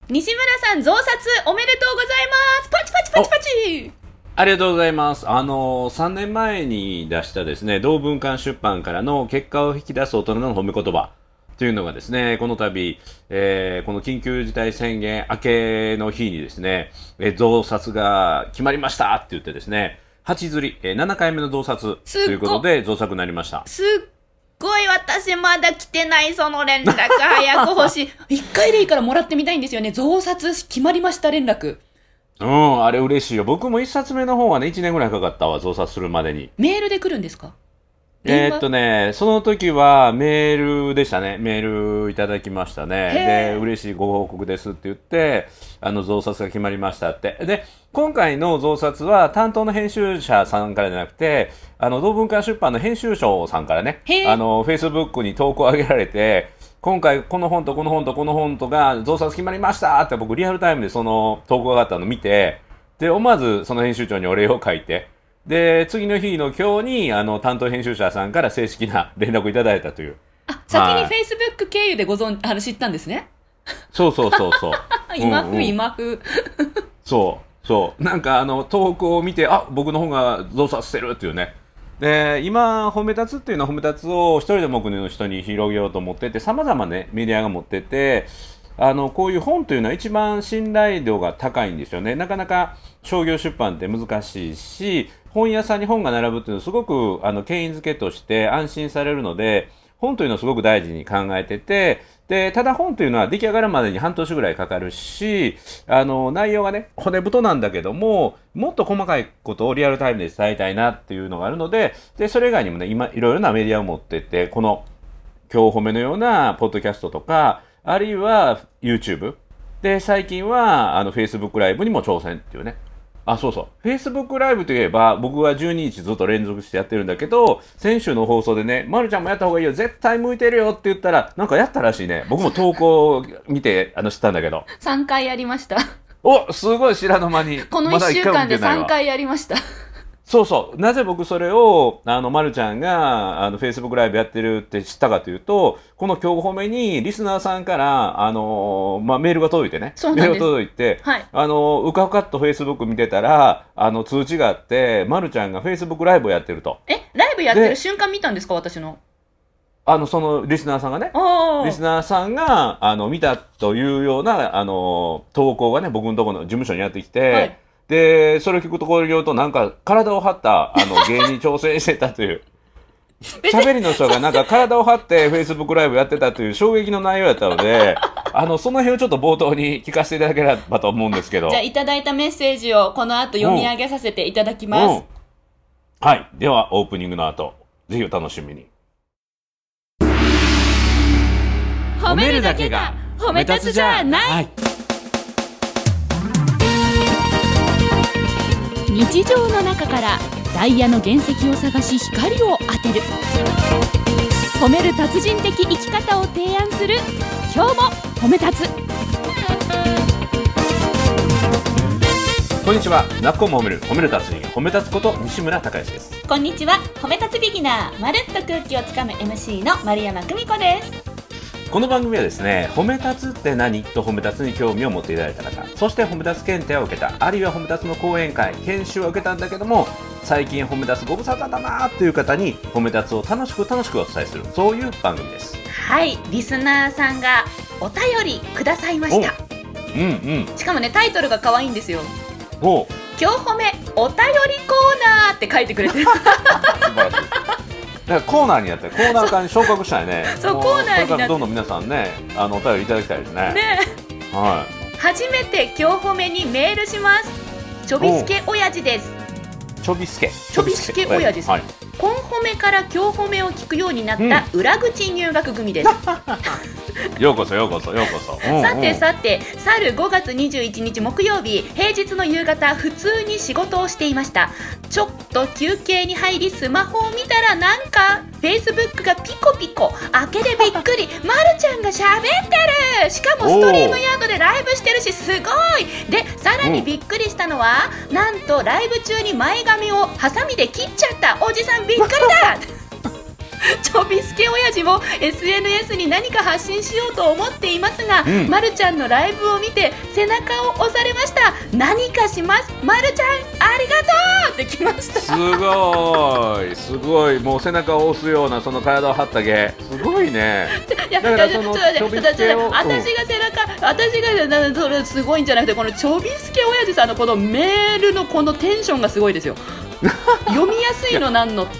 西村さん、増刷おめでとうございます。パチパチパチパチ。 ありがとうございます。3年前に出したですね、同文館出版からの結果を引き出す大人の褒め言葉というのがですね、この度、この緊急事態宣言明けの日にですね、増刷が決まりましたって言ってですね、8釣り、7回目の増刷ということで増刷になりました。 すっごい、私まだ来てない、その連絡早く欲しい。1回でいいからもらってみたいんですよね。増刷決まりました連絡。 あれ嬉しいよ。僕も1冊目の方はね、1年ぐらいかかったわ、増刷するまでに。 メールで来るんですか？ その時はメールでしたね。メールいただきましたね。で、嬉しいご報告ですって言って、増刷が決まりましたって。で、今回の増刷は担当の編集者さんからじゃなくて、同文館出版の編集長さんからね、Facebook に投稿を上げられて、今回この本とこの本とこの本とが増刷決まりましたって僕リアルタイムでその投稿があったのを見て、で、思わずその編集長にお礼を書いて、で、次の日の今日に担当編集者さんから正式な連絡をいただいたという。 先に Facebook 経由で知ったんですね。 そう今風そうなんか投稿を見て、僕の本が増刷してるっていうね。で、今褒め立つっていうのは褒め立つを一人でも多くの人に広げようと思ってて、様々ねメディアが持ってて、こういう本というのは一番信頼度が高いんですよね。なかなか商業出版って難しいし、本屋さんに本が並ぶっていうのはすごく権威づけとして安心されるので、本というのをすごく大事に考えてて、で、ただ本というのは出来上がるまでに半年ぐらいかかるし、内容がね、骨太なんだけども、もっと細かいことをリアルタイムで伝えたいなっていうのがあるので、で、それ以外にもね、今いろいろなメディアを持ってて、この今日褒めのようなポッドキャストとか、あるいは YouTube で、最近はFacebook ライブにも挑戦っていうね。Facebook ライブといえば僕は12日ずっと連続してやってるんだけど、先週の放送でね、まるちゃんもやった方がいいよ、絶対向いてるよって言ったら、なんかやったらしいね。僕も投稿を見て知ったんだけど 3回やりました。 すごい知らぬ間に。 この1週間で3回やりました。 なぜ僕それをまるちゃんがFacebook ライブやってるって知ったかというと、この今日褒めにリスナーさんからメールが届いてね、メールが届いて、 はい、 うかうかっと Facebook 見てたら通知があって、まるちゃんが Facebook ライブをやってると。 ライブやってる瞬間見たんですか？私のそのリスナーさんがね、リスナーさんが見たというような投稿がね、僕のところの事務所にやってきて、はい、で、それを聞くところによると、なんか体を張った芸に挑戦してたという喋りの人がなんか体を張って Facebook ライブやってたという衝撃の内容やったのでその辺をちょっと冒頭に聞かせていただければと思うんですけど。 じゃあいただいたメッセージをこの後読み上げさせていただきます。 はい。ではオープニングの後、ぜひお楽しみに。 褒めるだけが褒め立つじゃない。日常の中からダイヤの原石を探し光を当てる、褒める達人的生き方を提案する、今日も褒め立つ。 こんにちは。なっこも褒める達人、褒め立つこと西村孝之です。 こんにちは。褒め立つビギナー、まるっと空気をつかむ MC の丸山久美子です。 この番組はですね、褒め立つって何と褒め立つに興味を持っていただいた方、そして褒め立つ検定を受けた、あるいは褒め立つの講演会研修を受けたんだけども、最近褒め立つご無沙汰だなという方に褒め立つを楽しくお伝えする、そういう番組です。はい、リスナーさんがお便りくださいました。しかもね、タイトルが可愛いんですよ。今日褒めお便りコーナーって書いてくれてる。素晴らしい。 だからコーナーになって、コーナー化に昇格したいね。 そう、コーナーになって、これからどんどん皆さんね、お便りいただきたいですね。はい。 初めて今日褒めにメールします。ちょびすけ親父です。 ちょびすけ親父さん、はい、今褒めから今日褒めを聞くようになった裏口入学組です。 ようこそ。 さて、去る5月21日木曜日、平日の夕方、普通に仕事をしていました。ちょっと休憩に入りスマホを見たら、なんか Facebook がピコピコ開けでびっくり。まるちゃんが喋ってる。しかもストリームヤードでライブしてるし、すごい。で、さらにびっくりしたのは、なんとライブ中に前髪をハサミで切っちゃったおじさん、びっくりだ。 ちょびすけ親父も SNS に何か発信しようと思っていますが、まるちゃんのライブを見て背中を押されました。何かします、まるちゃんありがとうって来ました。 すごい、もう背中を押すようなその体を張った芸、すごいね。 いや、だからそのちょびすけを、私がそれすごいんじゃなくて、このちょびすけ親父さんのこのメールのこのテンションがすごいですよ。読みやすいのなんのって。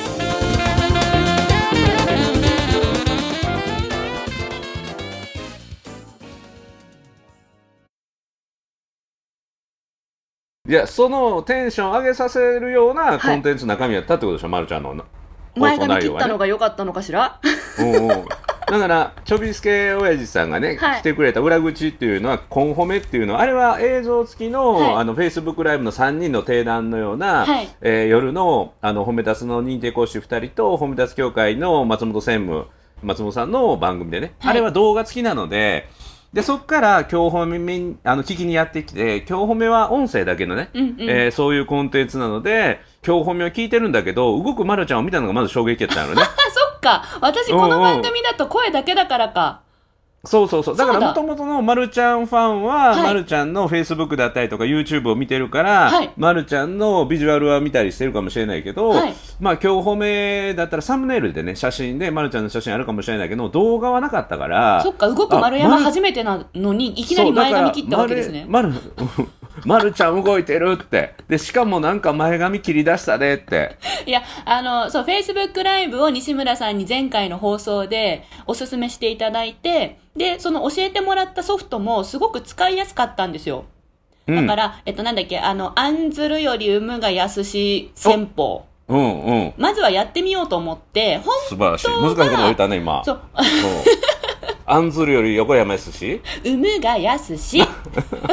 いや、そのテンション上げさせるようなコンテンツ中身やったってことでしょ、まるちゃんの前髪切ったのが良かったのかしら。 だからちょびすけ親父さんがね、来てくれた裏口っていうのは、コンホメっていうのは、あれは映像付きの、フェイスブックライブの3人の定談のような、夜の褒め立つの認定講師2人と褒め立つ協会の松本さんの番組でね、あれは動画付きなので、そこから今日褒め聞きにやってきて、今日褒めは音声だけのね、そういうコンテンツなので、今日褒めを聞いてるんだけど、動くまるちゃんを見たのがまず衝撃やったのね。 そっか、私この番組だと声だけだからか。 そうだからもともとのまるちゃんファンは、まるちゃんのフェイスブックだったりとか YouTube を見てるから、まるちゃんのビジュアルは見たりしてるかもしれないけど、まあ今日褒めだったらサムネイルでね、写真でまるちゃんの写真あるかもしれないけど、動画はなかったから。 そっか、動く丸山初めてなのにいきなり前髪切ったわけですね。 まるちゃん動いてるって。で、しかもなんか前髪切り出したでって。 いや、そう、Facebook ライブを西村さんに前回の放送でおすすめしていただいて、で、その教えてもらったソフトもすごく使いやすかったんですよ。だから、なんだっけ、案ずるより産むが安し戦法。まずはやってみようと思って、 素晴らしい。難しいこと言ったね、今。そう。案ずるより横山やすし産むがやすし。そう、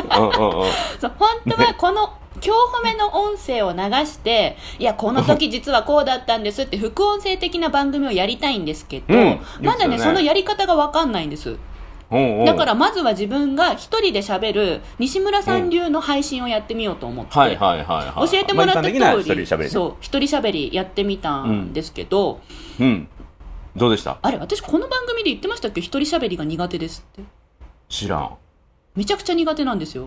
本当はこの、今日褒めの音声を流して、いや、この時実はこうだったんですって副音声的な番組をやりたいんですけど、まだね、そのやり方がわかんないんです。だからまずは自分が一人で喋る西村さん流の配信をやってみようと思って、教えてもらった通り、そう、一人喋りやってみたんですけど、 どうでした？ あれ、私この番組で言ってましたっけ？一人喋りが苦手ですって。 知らん。 めちゃくちゃ苦手なんですよ。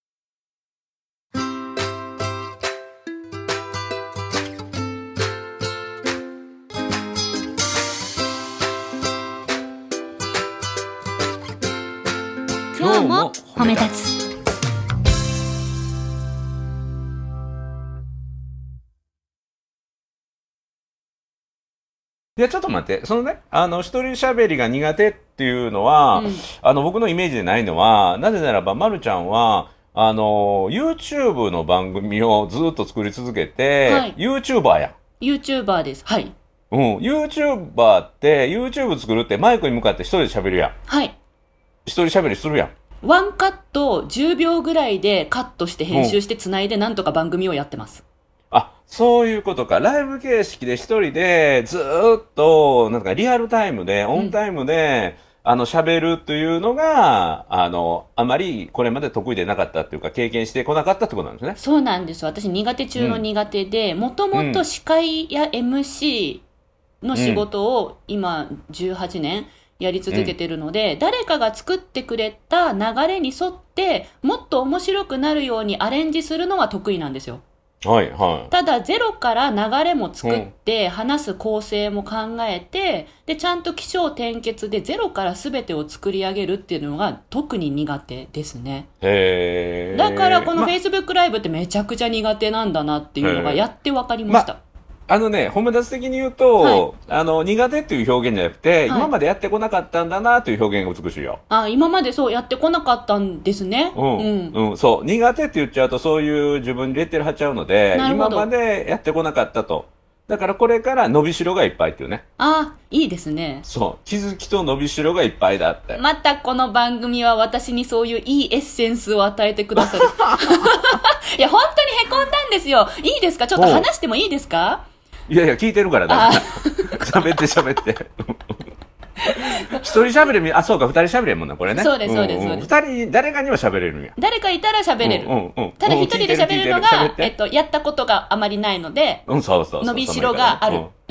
今日も褒め立つ。 いや、ちょっと待って、そのね、一人喋りが苦手っていうのは、僕のイメージでないのは、なぜならば、まるちゃんは、YouTube の番組をずっと作り続けて、YouTuber や。 YouTuber です。はい。 YouTuber って、YouTube 作るってマイクに向かって一人で喋るやん。 はい。 一人喋りするやん。 ワンカット10秒ぐらいでカットして編集して繋いでなんとか番組をやってます。 あ、そういうことか。ライブ形式で一人でずーっと、なんかリアルタイムで、オンタイムで、喋るというのが、あまりこれまで得意でなかったっていうか、経験してこなかったってことなんですね。 そうなんです。私苦手中の苦手で、もともと司会や MC の仕事を今18年やり続けてるので、誰かが作ってくれた流れに沿って、もっと面白くなるようにアレンジするのは得意なんですよ。 はいはい。 ただゼロから流れも作って、話す構成も考えて、でちゃんと起承転結でゼロから全てを作り上げるっていうのが特に苦手ですね。 へー。 だからこの Facebook ライブってめちゃくちゃ苦手なんだなっていうのがやって分かりました。 褒め立つ的に言うと、苦手っていう表現じゃなくて、今までやってこなかったんだなという表現が美しいよ。 今までそうやってこなかったんですね。 そう。苦手って言っちゃうと、そういう自分にレッテル貼っちゃうので、今までやってこなかったと。だからこれから伸びしろがいっぱいっていうね。 いいですね。 そう。気づきと伸びしろがいっぱいだって。 またこの番組は私にそういういいエッセンスを与えてくださる。いや、本当にへこんだんですよ。いいですか？ちょっと話してもいいですか？ いやいや、聞いてるからだ。喋って。一人喋り、そうか、二人喋りやもんな、これね。 そうです。 二人、誰かには喋れるんや。 誰かいたら喋れる。ただ一人で喋るのが、やったことがあまりないので、伸びしろがある。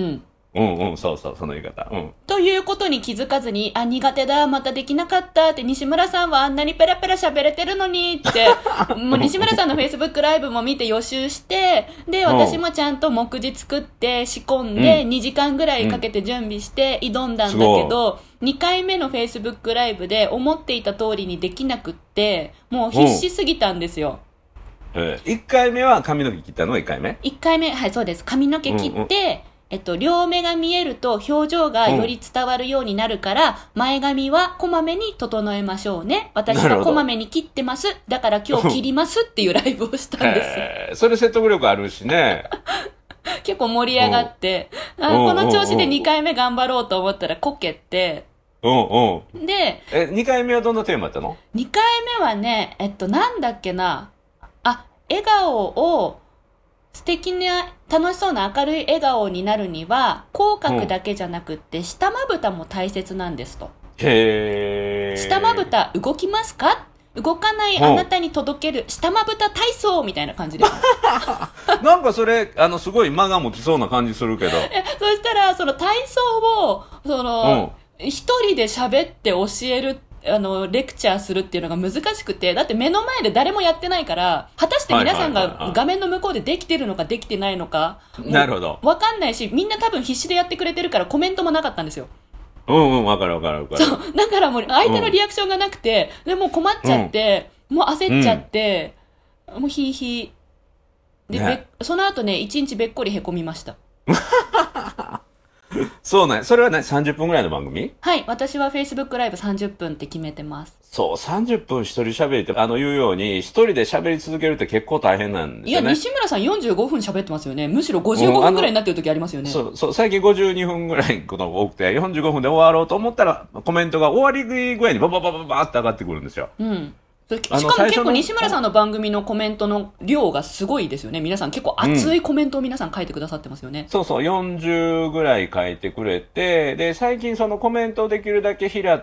そうそう、その言い方。 ということに気づかずに、苦手だ、またできなかったって、西村さんはあんなにペラペラ喋れてるのにって、もう西村さんの Facebook ライブも見て予習して、で、私もちゃんと目次作って仕込んで、2時間ぐらいかけて準備して挑んだんだけど、2回目の Facebook ライブで思っていた通りにできなくって、もう必死すぎたんですよ。 1回目は髪の毛切ったのが1回目 ?1 回目、はい、そうです。髪の毛切って、両目が見えると表情がより伝わるようになるから、前髪はこまめに整えましょうね。私はこまめに切ってます。だから今日切りますっていうライブをしたんです。 それ説得力あるしね。 結構盛り上がって、この調子で2回目頑張ろうと思ったらこけて、で、 2回目はどんなテーマだったの？ 2 回目はね、なんだっけな、笑顔を素敵な楽しそうな明るい笑顔になるには口角だけじゃなくって下まぶたも大切なんですと。下まぶた動きますか？動かないあなたに届ける下まぶた体操みたいな感じです、ね、 なんかそれすごい間が持ちそうな感じするけどそしたらその体操を一人で喋って教えるレクチャーするっていうのが難しくて、だって目の前で誰もやってないから、果たして皆さんが画面の向こうでできてるのかできてないのか、 なるほど。 わかんないし、みんな多分必死でやってくれてるからコメントもなかったんですよ。 わかる。そう、 だからもう相手のリアクションがなくて、でもう困っちゃって、もう焦っちゃって、もうヒーヒー。で、ね、その後ね、1日べっこりへこみました。 そうね。それはね、30分ぐらいの番組？ はい。私は Facebook ライブ30分って決めてます。 そう、30分一人喋りって、言うように、一人で喋り続けるって結構大変なんですよね。 いや、西村さん45分喋ってますよね。むしろ55分ぐらいになってる時ありますよね。 そう、最近52分ぐらいことが多くて、45分で終わろうと思ったら、コメントが終わり具合にババって上がってくるんですよ。 しかも結構西村さんの番組のコメントの量がすごいですよね。皆さん結構熱いコメントを皆さん書いてくださってますよね。 そう、40ぐらい書いてくれて、で、最近そのコメントをできるだけ拾って、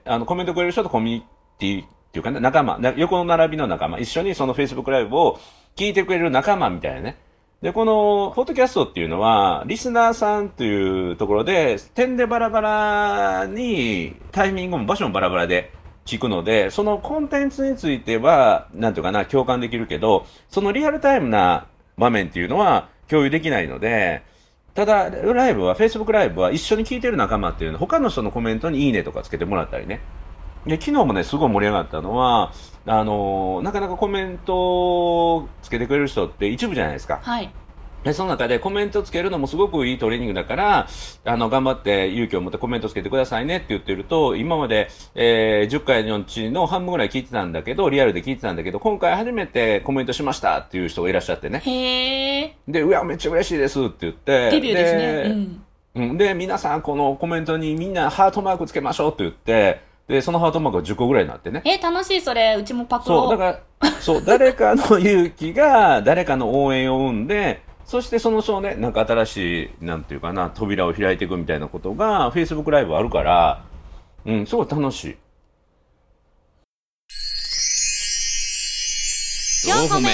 コメントくれる人とコミュニティっていうかね、仲間、横の並びの仲間、一緒にその Facebook ライブを聞いてくれる仲間みたいなね。で、この、ポッドキャストっていうのは、リスナーさんというところで、点でバラバラに、タイミングも場所もバラバラで、聞くので、そのコンテンツについては、なんていうかな、共感できるけど、そのリアルタイムな場面っていうのは共有できないので、ただ、ライブは、Facebook ライブは一緒に聞いてる仲間っていうのは、他の人のコメントにいいねとかつけてもらったりね。で、昨日もね、すごい盛り上がったのは、なかなかコメントをつけてくれる人って一部じゃないですか。 はい。 で、その中でコメントつけるのもすごくいいトレーニングだから、頑張って勇気を持ってコメントつけてくださいねって言ってると、今まで、10回のうちの半分ぐらい聞いてたんだけど、リアルで聞いてたんだけど、今回初めてコメントしましたっていう人がいらっしゃってね。 へー。 で、うわ、めっちゃ嬉しいですって言って。 デビューですね。 で、皆さんこのコメントにみんなハートマークつけましょうって言って、で、そのハートマークが10個ぐらいになってね。 楽しいそれ。うちもパクろう。 そう、だから、誰かの勇気が誰かの応援を生んで、そしてそのね、なんか新しい、なんていうかな、扉を開いていくみたいなことが、Facebook ライブあるから、すごい楽しい。 4個目。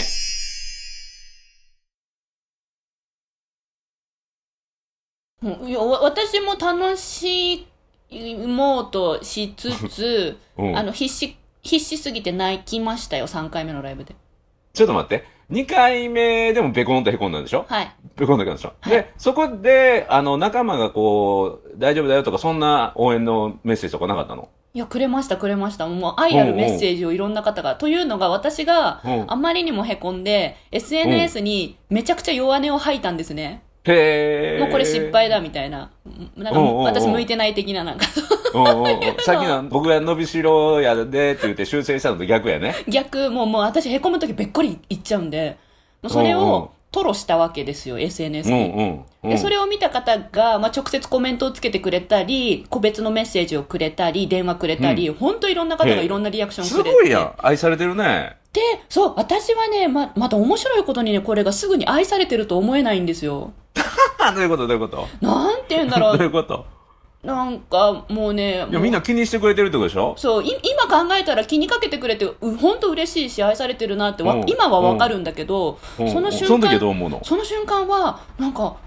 いや、私も楽しもうとしつつ、必死すぎて泣きましたよ、3回目のライブで。 ちょっと待って。2回目でもペコンとへこんだんでしょ？ はい。 ペコンとへこんだでしょ？ はい、 で、そこで、仲間がこう、大丈夫だよとか、そんな応援のメッセージとかなかったの？ いや、くれました。もう愛あるメッセージをいろんな方が。というのが、私があまりにもへこんで、SNS にめちゃくちゃ弱音を吐いたんですね。 へー。 もうこれ失敗だみたいな。なんか私向いてない的ななんか。 さっきの僕が伸びしろやでって言って修正したのと逆やね。 逆、もう私へこむときべっこり言っちゃうんで、もうそれを吐露したわけですよ、SNS に。で、それを見た方が、直接コメントをつけてくれたり、個別のメッセージをくれたり、電話くれたり、ほんといろんな方がいろんなリアクションくれて。 すごいやん。愛されてるね。 で、そう、私はね、また面白いことにね、これがすぐに愛されてると思えないんですよ。 どういうことなんて言うんだろう。 どういうこと？ なんかもうね、 いやみんな気にしてくれてるってことでしょ？ そう、今考えたら気にかけてくれて本当嬉しいし愛されてるなって今はわかるんだけど、その瞬間はなんか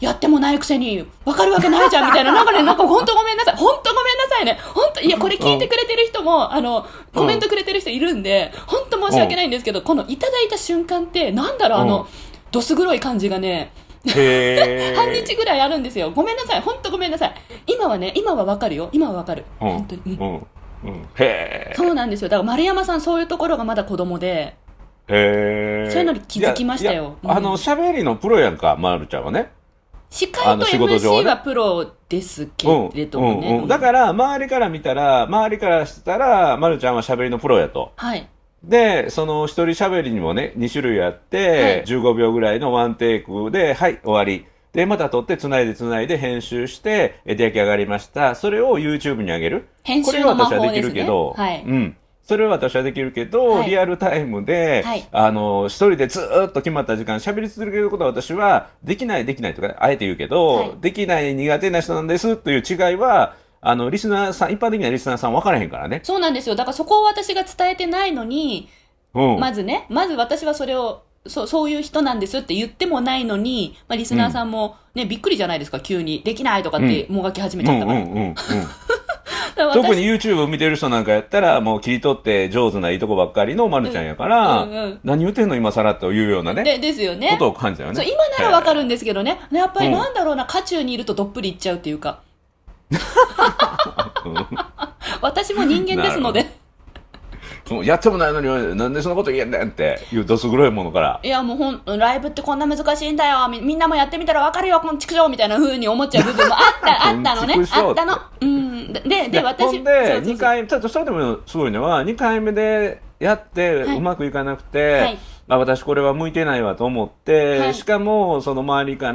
やってもないくせに分かるわけないじゃんみたいな、なんかね、なんか本当ごめんなさい、本当ごめんなさいね、本当、いやこれ聞いてくれてる人もコメントくれてる人いるんで、本当申し訳ないんですけど、このいただいた瞬間ってなんだろう、どす黒い感じがね半日ぐらいあるんですよ。ごめんなさい、本当ごめんなさい。今は分かるよ、今は分かる、本当に、へー、そうなんですよ。だから丸山さんそういうところがまだ子供で、そういうのに気づきましたよ。 喋りのプロやんか、まるちゃんはね。 司会と MC はプロですけれどもね。 だから周りからしたらまるちゃんは喋りのプロやと。 はい。 でその一人喋りにもね2種類あって、15秒ぐらいのワンテイクではい終わりで、また撮ってつないで編集して出来上がりました、それを YouTube に上げる。 編集の魔法ですね。 これは私はできるけど、 はい、 それは私はできるけど、リアルタイムで、一人でずーっと決まった時間喋り続けることは私はできないとかあえて言うけど、できない苦手な人なんですという違いはリスナーさん、一般的なリスナーさん分からへんからね。 そうなんですよ。だからそこを私が伝えてないのに、まず私はそれをそういう人なんですって言ってもないのに、リスナーさんもね、びっくりじゃないですか、急にできないとかってもがき始めちゃったから。 特に YouTube を見てる人なんかやったらもう切り取って上手ないいとこばっかりのまるちゃんやから、何言ってんの今更というようなねですよね、 ことを感じたよね。 今ならわかるんですけどね、やっぱりなんだろうな、渦中にいるとどっぷりいっちゃうっていうか私も人間ですのでやってもないのになんでそんなこと言えんねんっていうどす黒いものから、 いやもうライブってこんな難しいんだよ、みんなもやってみたらわかるよこの畜生みたいな風に思っちゃう部分もあったのねあったの。で私で2回ちょっとそれでもすごいのは2回目でやってうまくいかなくて、私これは向いてないわと思って、しかもその周りから、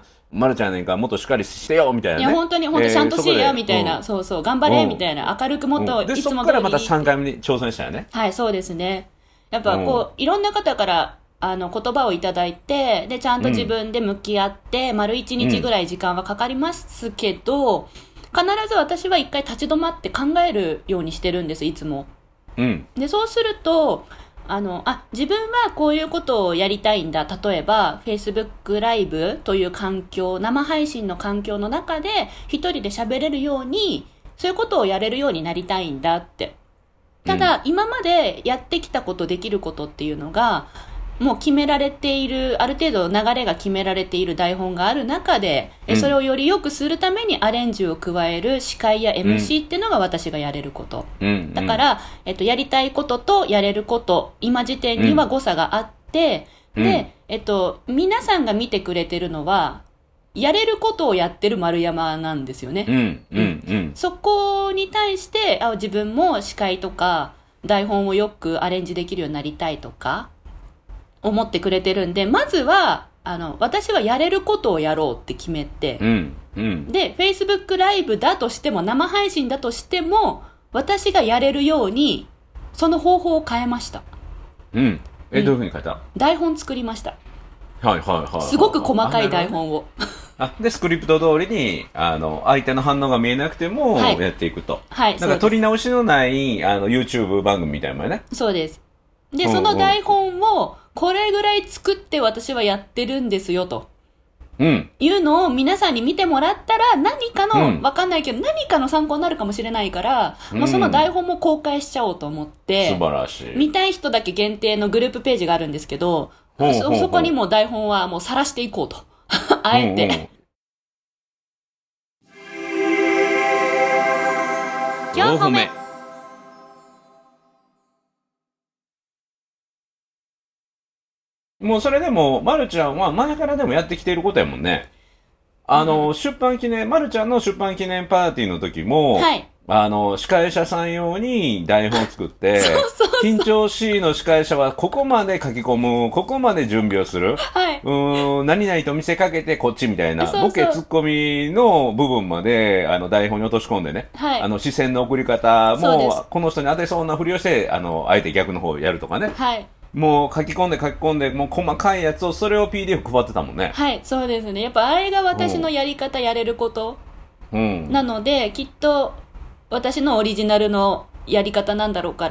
まるちゃんねんからもっとしっかりしてよみたいなね。 いや本当にちゃんとしよみたいな、そう頑張れみたいな、明るくもっといつも通りに。でそこからまた3回目に挑戦したよね。 はい、そうですね。やっぱいろんな方から言葉をいただいて、でちゃんと自分で向き合って、丸1日ぐらい時間はかかりますけど、必ず私は一回立ち止まって考えるようにしてるんです、いつも。でそうすると自分はこういうことをやりたいんだ。例えば Facebook ライブという環境、生配信の環境の中で一人で喋れるように、そういうことをやれるようになりたいんだって。ただ、今までやってきたこと、できることっていうのがもう決められている、ある程度流れが決められている台本がある中で、それをより良くするためにアレンジを加える司会や MC っていうのが私がやれること、だから、やりたいこととやれること今時点には誤差があって、で、皆さんが見てくれてるのはやれることをやってる丸山なんですよね。そこに対して自分も司会とか台本をよくアレンジできるようになりたいとか思ってくれてるんで、まずは私はやれることをやろうって決めて、で Facebook ライブだとしても生配信だとしても私がやれるようにその方法を変えました。どういうふうに変えた？ 台本作りました。すごく細かい台本をでスクリプト通りに相手の反応が見えなくてもやっていくと、なんか取り直しのないYouTube 番組みたいなね。 そうです。でその台本をこれぐらい作って私はやってるんですよと、いうのを皆さんに見てもらったら何かの、わかんないけど何かの参考になるかもしれないから、もうその台本も公開しちゃおうと思って、 素晴らしい。 見たい人だけ限定のグループページがあるんですけど、そこにも台本はもう晒していこうとあえて 4歩目。もうそれでもまるちゃんは前からでもやってきていることやもんね。出版記念、まるちゃんの出版記念パーティーの時も、司会者さん用に台本を作って緊張しいの司会者はここまで書き込む、ここまで準備をする、何々と見せかけてこっちみたいなボケツッコミの部分まで台本に落とし込んでね、視線の送り方もこの人に当てそうなふりをしてあえて逆の方をやるとかね、もう書き込んでもう細かいやつをそれを PDF 配ってたもんね。 そうですね。やっぱあれが私のやり方、やれること、なのできっと私のオリジナルのやり方なんだろうから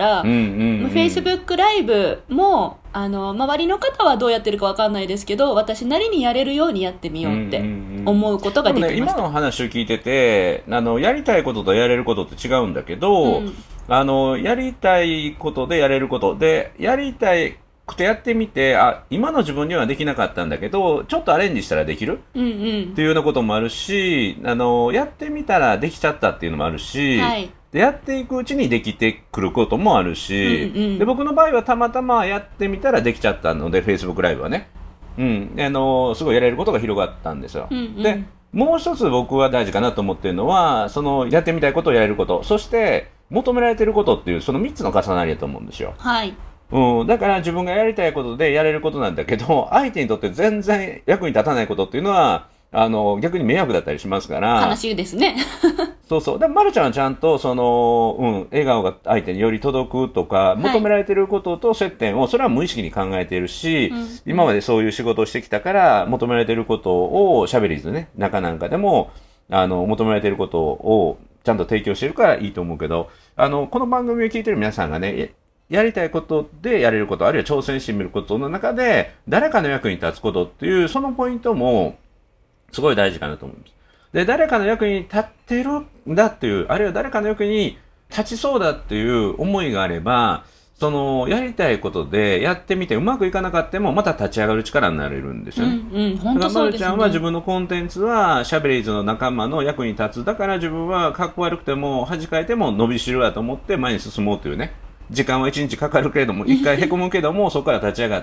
、Facebook ライブも周りの方はどうやってるか分かんないですけど、私なりにやれるようにやってみようって思うことができました。 今の話を聞いてて、やりたいこととやれることって違うんだけど、やりたいことでやれることで、やりたいくてやってみて、今の自分にはできなかったんだけどちょっとアレンジしたらできる、っていうようなこともあるし、やってみたらできちゃったっていうのもあるし、でやっていくうちにできてくることもあるし、で僕の場合はたまたまやってみたらできちゃったので Facebook ライブはね、すごいやれることが広がったんですよ。でもう一つ僕は大事かなと思ってるのは、そのやってみたいことをやれること、そして求められてることっていうその3つの重なりだと思うんですよ。だから自分がやりたいことでやれることなんだけど、相手にとって全然役に立たないことっていうのは逆に迷惑だったりしますから。 悲しいですね。 そうそう。でもまるちゃんはちゃんと笑顔が相手により届くとか、求められていることと接点をそれは無意識に考えているし、今までそういう仕事をしてきたから求められていることをしゃべりずね、中なんかでも求められていることをちゃんと提供しているからいいと思うけど、この番組を聞いている皆さんがね、やりたいことでやれること、あるいは挑戦してみることの中で誰かの役に立つことっていうそのポイントもすごい大事かなと思います。で、誰かの役に立ってるんだっていう、あるいは誰かの役に立ちそうだっていう思いがあれば、そのやりたいことでやってみてうまくいかなかったもまた立ち上がる力になれるんですよね。 本当そうですね。 まるちゃんは自分のコンテンツはしゃべりーずの仲間の役に立つ。だから自分はかっこ悪くても恥かいても伸びしろだと思って前に進もうというね。時間は1日かかるけれども、1回へこむけども、そこから立ち上がって、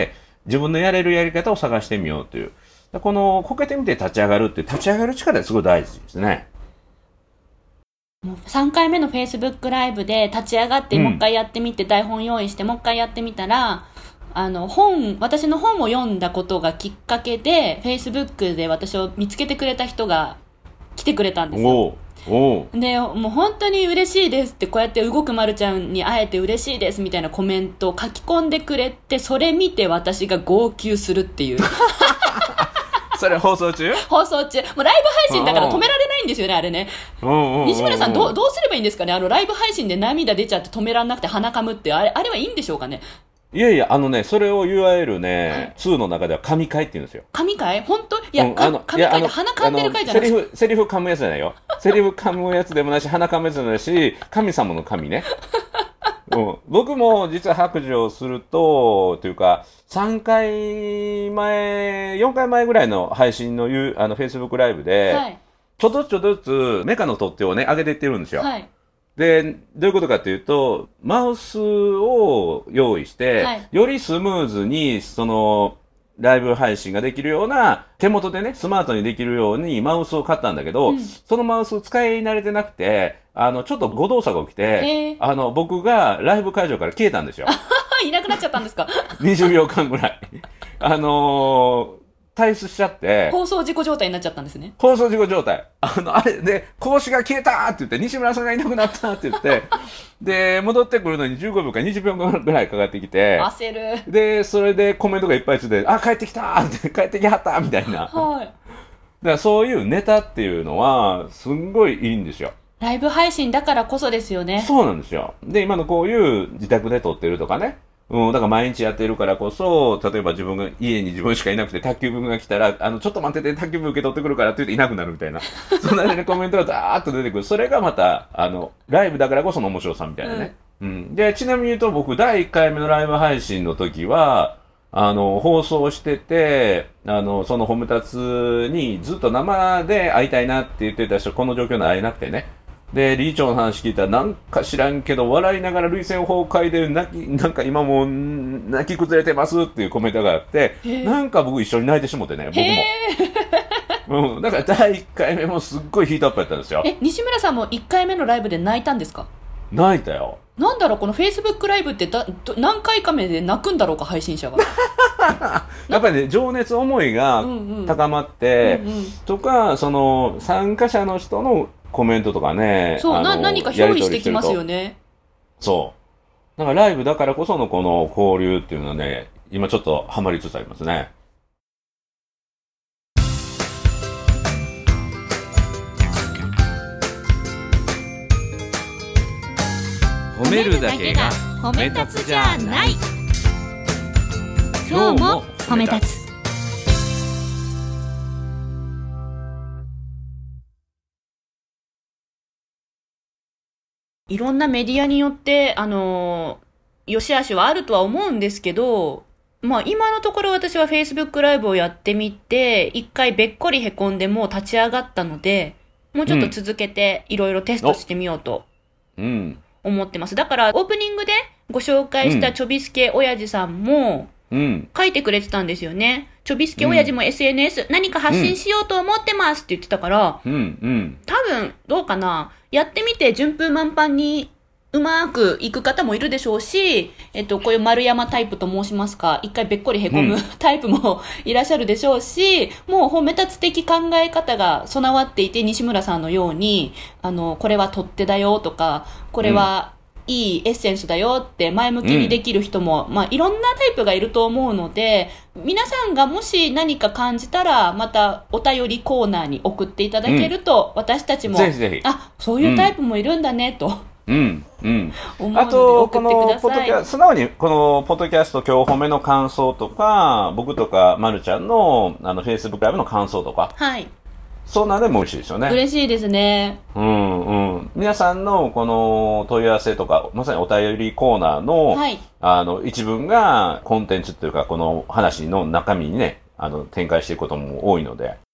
自分のやれるやり方を探してみようという。このこけてみて立ち上がるっていう立ち上がる力すごい大事ですね。 もう3回目の Facebook ライブで立ち上がってもう一回やってみて、台本用意してもう一回やってみたら、私の本を読んだことがきっかけで Facebook で私を見つけてくれた人が来てくれたんですよ。でもう本当に嬉しいですって、こうやって動くまるちゃんに会えて嬉しいですみたいなコメントを書き込んでくれて、それ見て私が号泣するっていうそれ放送中もうライブ配信だから止められないんですよね、あれね。西村さんどうすればいいんですかね、ライブ配信で涙出ちゃって止められなくて鼻かむって、あれはいいんでしょうかね。 いやいや、それをいわゆるね、2の中では神回って言うんですよ。 神回？本当？いや、神回って鼻かんでる回じゃないですか。 セリフ噛むやつじゃないよ。セリフ噛むやつでもないし、鼻噛むやつじゃないし、神様の神ね。僕も実は白状するというか、3回前、4回前ぐらいの配信のFacebook ライブで、ちょっとずつメカの取っ手をね、上げていってるんですよ。で、どういうことかというと、マウスを用意して、よりスムーズに、ライブ配信ができるような、手元でね、スマートにできるようにマウスを買ったんだけど、そのマウス使い慣れてなくて、ちょっと誤動作が起きて、僕がライブ会場から消えたんですよ。 いなくなっちゃったんですか？ 20 秒間ぐらい。退出しちゃって。 放送事故状態になっちゃったんですね。 放送事故状態。あれで、講師が消えたって言って、西村さんがいなくなったって言って、で、戻ってくるのに15秒か20秒ぐらいかかってきて、 焦る。 で、それでコメントがいっぱいついて、帰ってきたって、帰ってきはったみたいな。だからそういうネタっていうのは、すんごいいいんですよ。 ライブ配信だからこそですよね。 そうなんですよ。で、今のこういう自宅で撮ってるとかね。だから毎日やってるからこそ、例えば家に自分しかいなくて宅急便が来たら、ちょっと待ってて宅急便受け取ってくるからって言っていなくなるみたいな。そんなね、コメントがダーッと出てくる。それがまた、ライブだからこその面白さみたいなね。で、ちなみに言うと僕、第1回目のライブ配信の時は、放送してて、そのホムタツにずっと生で会いたいなって言ってた人、この状況で会えなくてね。で、理事長の話聞いたら、なんか知らんけど、笑いながら涙腺崩壊でなんか今もう泣き崩れてますっていうコメントがあって、なんか僕一緒に泣いてしもてね、僕も。だから第1回目もすっごいヒートアップやったんですよ。 西村さんも1回目のライブで泣いたんですか？ 泣いたよ。 なんだろう、この Facebook ライブって何回か目で泣くんだろうか、配信者が。 やっぱりね、情熱思いが高まって、とか、その参加者の人のコメントとかね、 何か憑依してきますよね。 そう。だからライブだからこそのこの交流っていうのはね、今ちょっとハマりつつありますね。 褒めるだけが褒め立つじゃない。今日も褒め立つ。 いろんなメディアによって良し悪しはあるとは思うんですけど、まあ今のところ私は Facebook ライブをやってみて、一回べっこりへこんでもう立ち上がったので、もうちょっと続けていろいろテストしてみようと思ってます。だからオープニングでご紹介したちょびすけ親父さんも書いてくれてたんですよね。ちょびすけ親父も SNS 何か発信しようと思ってますって言ってたから、多分どうかな、やってみて順風満帆にうまくいく方もいるでしょうし、こういう丸山タイプと申しますか、一回べっこりへこむタイプもいらっしゃるでしょうし、もう褒め立つ的考え方が備わっていて、西村さんのように、これは取っ手だよとか、これはいいエッセンスだよって前向きにできる人も、まあいろんなタイプがいると思うので、皆さんがもし何か感じたら、またお便りコーナーに送っていただけると、私たちも、 ぜひぜひ、 あ、そういうタイプもいるんだね、と。 あとこのポッドキャ素直にこのポッドキャスト今日褒めの感想とか、僕とかまるちゃんのFacebook ライブの感想とか、 はい、 そんなでも嬉しいですよね。 嬉しいですね。 皆さんのこの問い合わせとか、まさにお便りコーナーの、一文がコンテンツっていうか、この話の中身にね、展開していくことも多いので。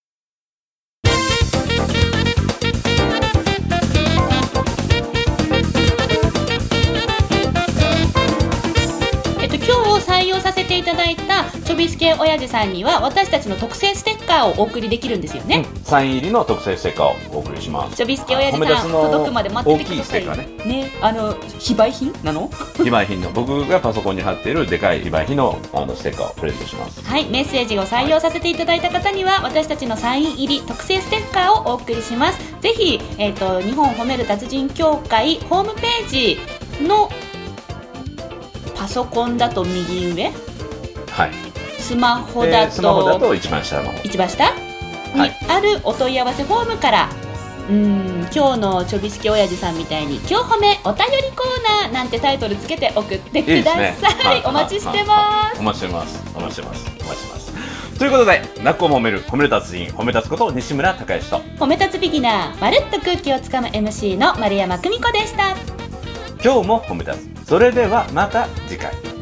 今日採用させていただいたちょびすけ親父さんには私たちの特製ステッカーをお送りできるんですよね。 サイン入りの特製ステッカーをお送りします。 ちょびすけ親父さん届くまで待っててください。 大きいステッカーね。 非売品なの？ 非売品の、僕がパソコンに貼っているでかい非売品のステッカーをプレゼントします。 はい、メッセージを採用させていただいた方には、私たちのサイン入り特製ステッカーをお送りします。ぜひ、日本褒める達人協会ホームページのパソコンだと右上、 はい、 スマホだと一番下の方、 一番下にあるお問い合わせフォームから、今日のちょびすけ親父さんみたいに今日褒めお便りコーナーなんてタイトルつけて送ってください。いいですね。お待ちしてます。 お待ちしてます。ということで、なっこも褒める褒める達人、褒め立つこと西村孝之と褒め立つビギナー、まるっと空気をつかむ MC の丸山久美子でした。 今日も褒め立つ。それではまた次回。